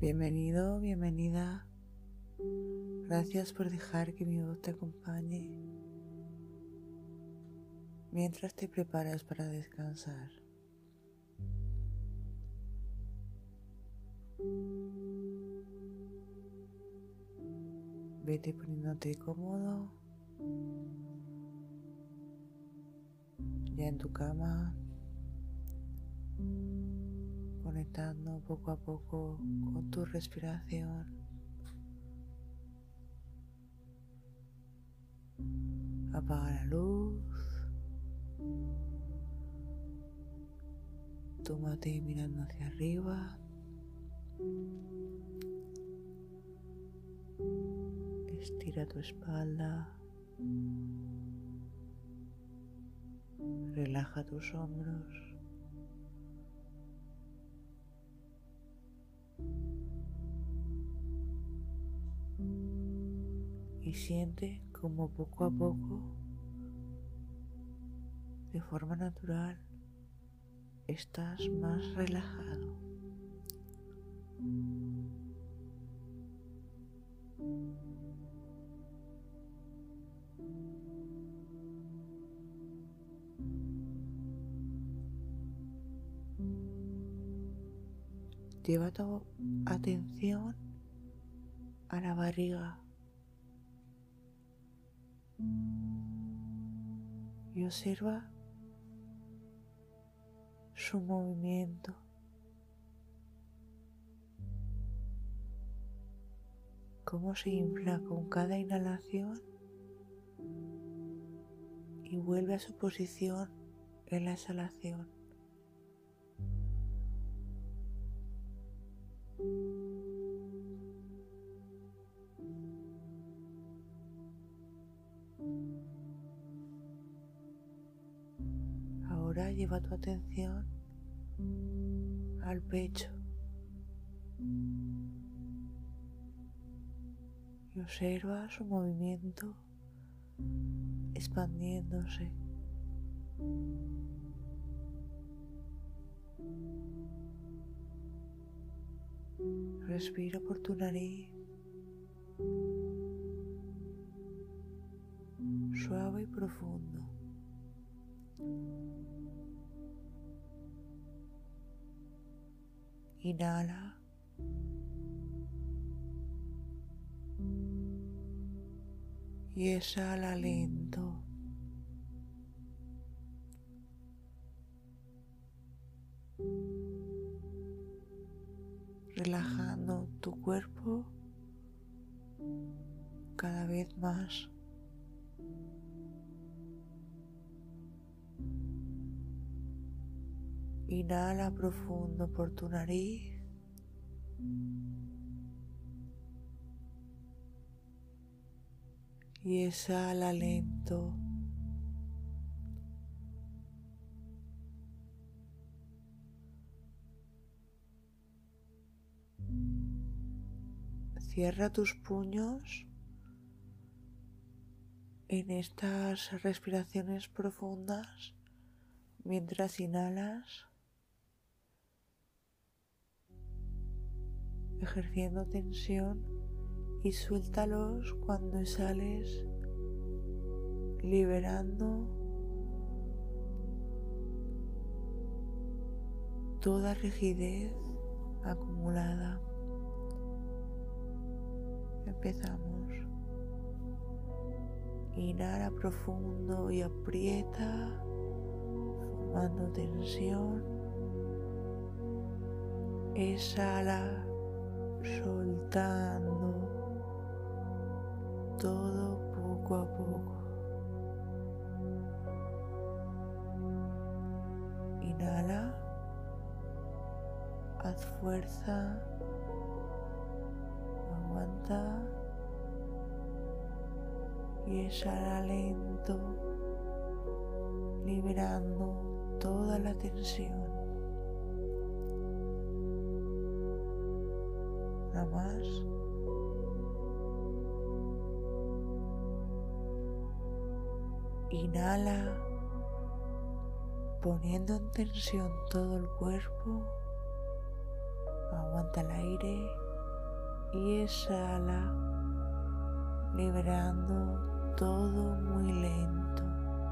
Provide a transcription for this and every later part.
Bienvenido, bienvenida. Gracias por dejar que mi voz te acompañe mientras te preparas para descansar. Vete poniéndote cómodo, ya en tu cama, conectando poco a poco con tu respiración. Apaga la luz, tómate mirando hacia arriba, estira tu espalda, relaja tus hombros. Y siente como poco a poco, de forma natural, estás más relajado. Lleva tu atención a la barriga y observa su movimiento. Cómo se infla con cada inhalación y vuelve a su posición en la exhalación. Ahora lleva tu atención al pecho y observa su movimiento expandiéndose. Respira por tu nariz, suave y profundo. Inhala. Y exhala lento. Relajando tu cuerpo cada vez más. Inhala profundo por tu nariz. Y exhala lento. Cierra tus puños en estas respiraciones profundas mientras inhalas, ejerciendo tensión, y suéltalos cuando exhales, liberando toda rigidez acumulada. Empezamos. Inhala profundo y aprieta, formando tensión. Exhala, soltando todo poco a poco. Inhala, haz fuerza, aguanta y exhala lento, liberando toda la tensión. Una más. Inhala, poniendo en tensión todo el cuerpo. Aguanta el aire y exhala, liberando todo muy lento.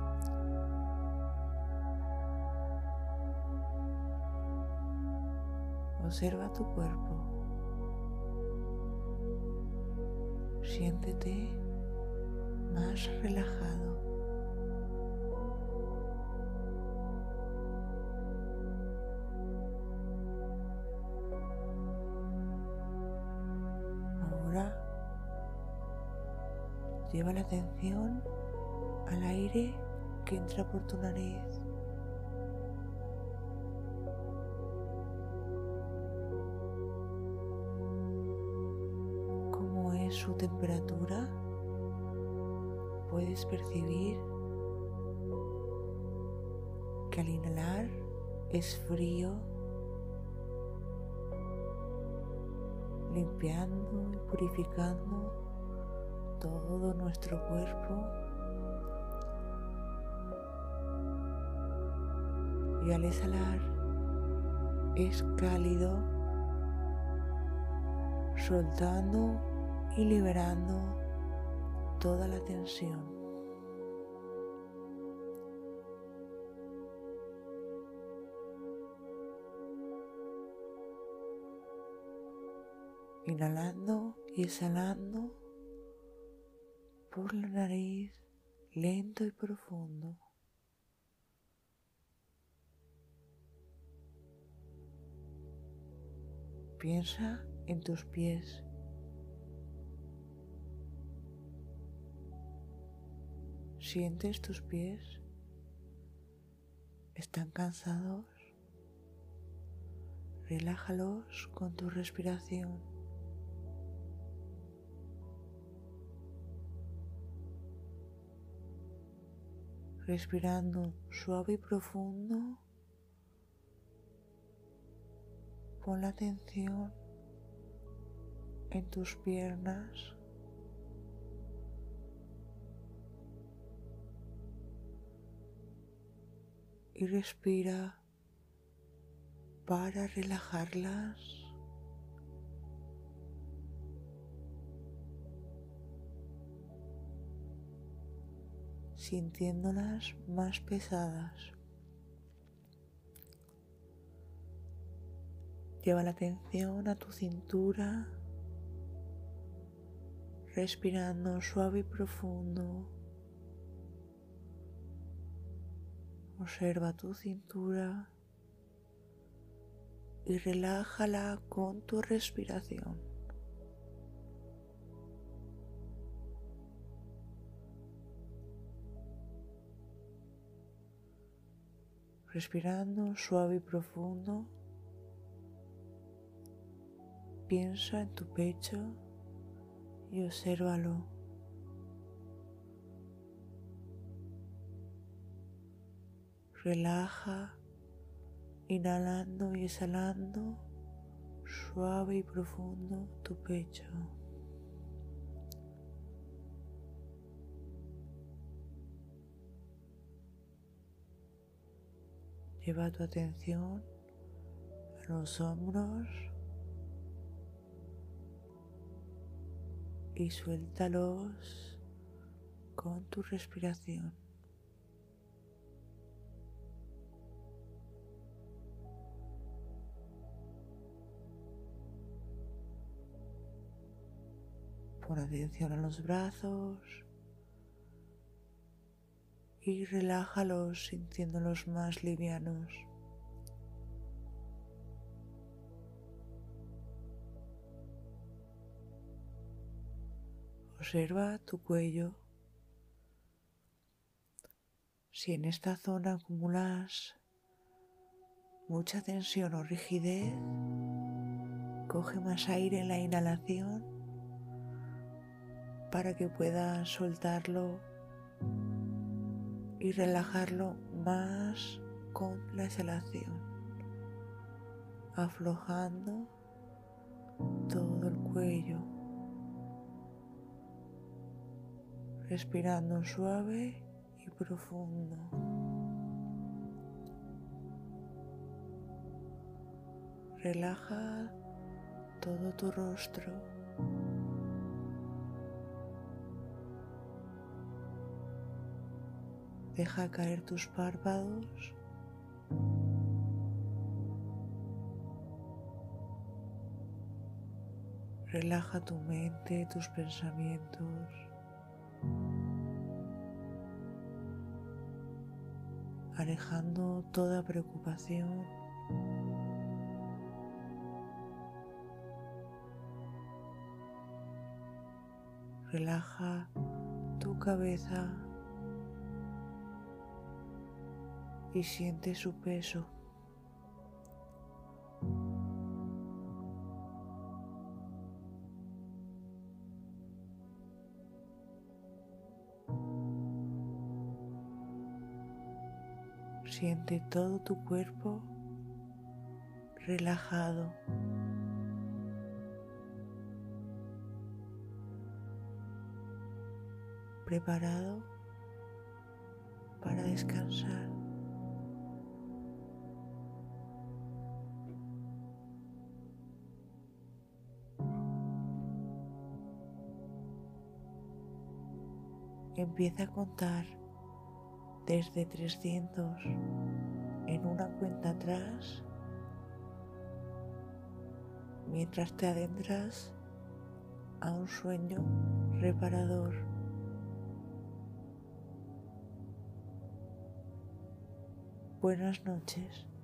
Observa tu cuerpo. Siéntete más relajado. Ahora lleva la atención al aire que entra por tu nariz. ¿Cómo es su temperatura? Puedes percibir que al inhalar es frío, limpiando y purificando todo nuestro cuerpo, y al exhalar es cálido, soltando y liberando toda la tensión. Inhalando y exhalando por la nariz, lento y profundo. Piensa en tus pies. ¿Sientes tus pies? ¿Están cansados? Relájalos con tu respiración. Respirando suave y profundo, pon la atención en tus piernas. Y respira para relajarlas. Sintiéndolas más pesadas. Lleva la atención a tu cintura, respirando suave y profundo. Observa tu cintura y relájala con tu respiración. Respirando suave y profundo, piensa en tu pecho y obsérvalo. Relaja, inhalando y exhalando, suave y profundo tu pecho. Lleva tu atención a los hombros y suéltalos con tu respiración. Pon atención a los brazos y relájalos sintiéndolos más livianos. Observa tu cuello. Si en esta zona acumulas mucha tensión o rigidez, coge más aire en la inhalación para que puedas soltarlo y relajarlo más con la exhalación, aflojando todo el cuello, respirando suave y profundo. Relaja todo tu rostro, Deja caer tus párpados. Relaja tu mente, tus pensamientos. Alejando toda preocupación. Relaja tu cabeza y siente su peso. Siente todo tu cuerpo relajado. Preparado para descansar. Empieza a contar desde 300 en una cuenta atrás mientras te adentras a un sueño reparador. Buenas noches.